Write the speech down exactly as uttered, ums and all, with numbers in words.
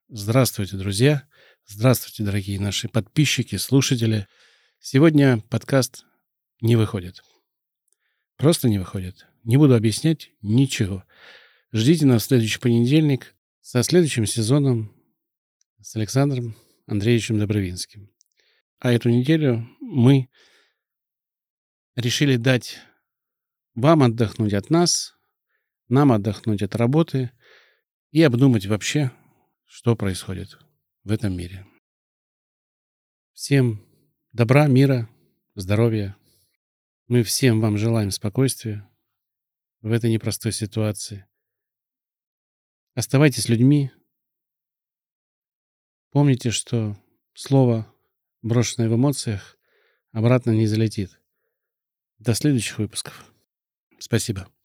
Здравствуйте, друзья! Здравствуйте, дорогие наши подписчики, слушатели! Сегодня подкаст не выходит. Просто не выходит. Не буду объяснять ничего. Ждите нас в следующий понедельник со следующим сезоном с Александром Андреевичем Добровинским. А эту неделю мы решили дать вам отдохнуть от нас, нам отдохнуть от работы и обдумать вообще, что происходит в этом мире. Всем добра, мира, здоровья. Мы всем вам желаем спокойствия в этой непростой ситуации. Оставайтесь людьми. Помните, что слово, брошенное в эмоциях, обратно не залетит. До следующих выпусков. Спасибо.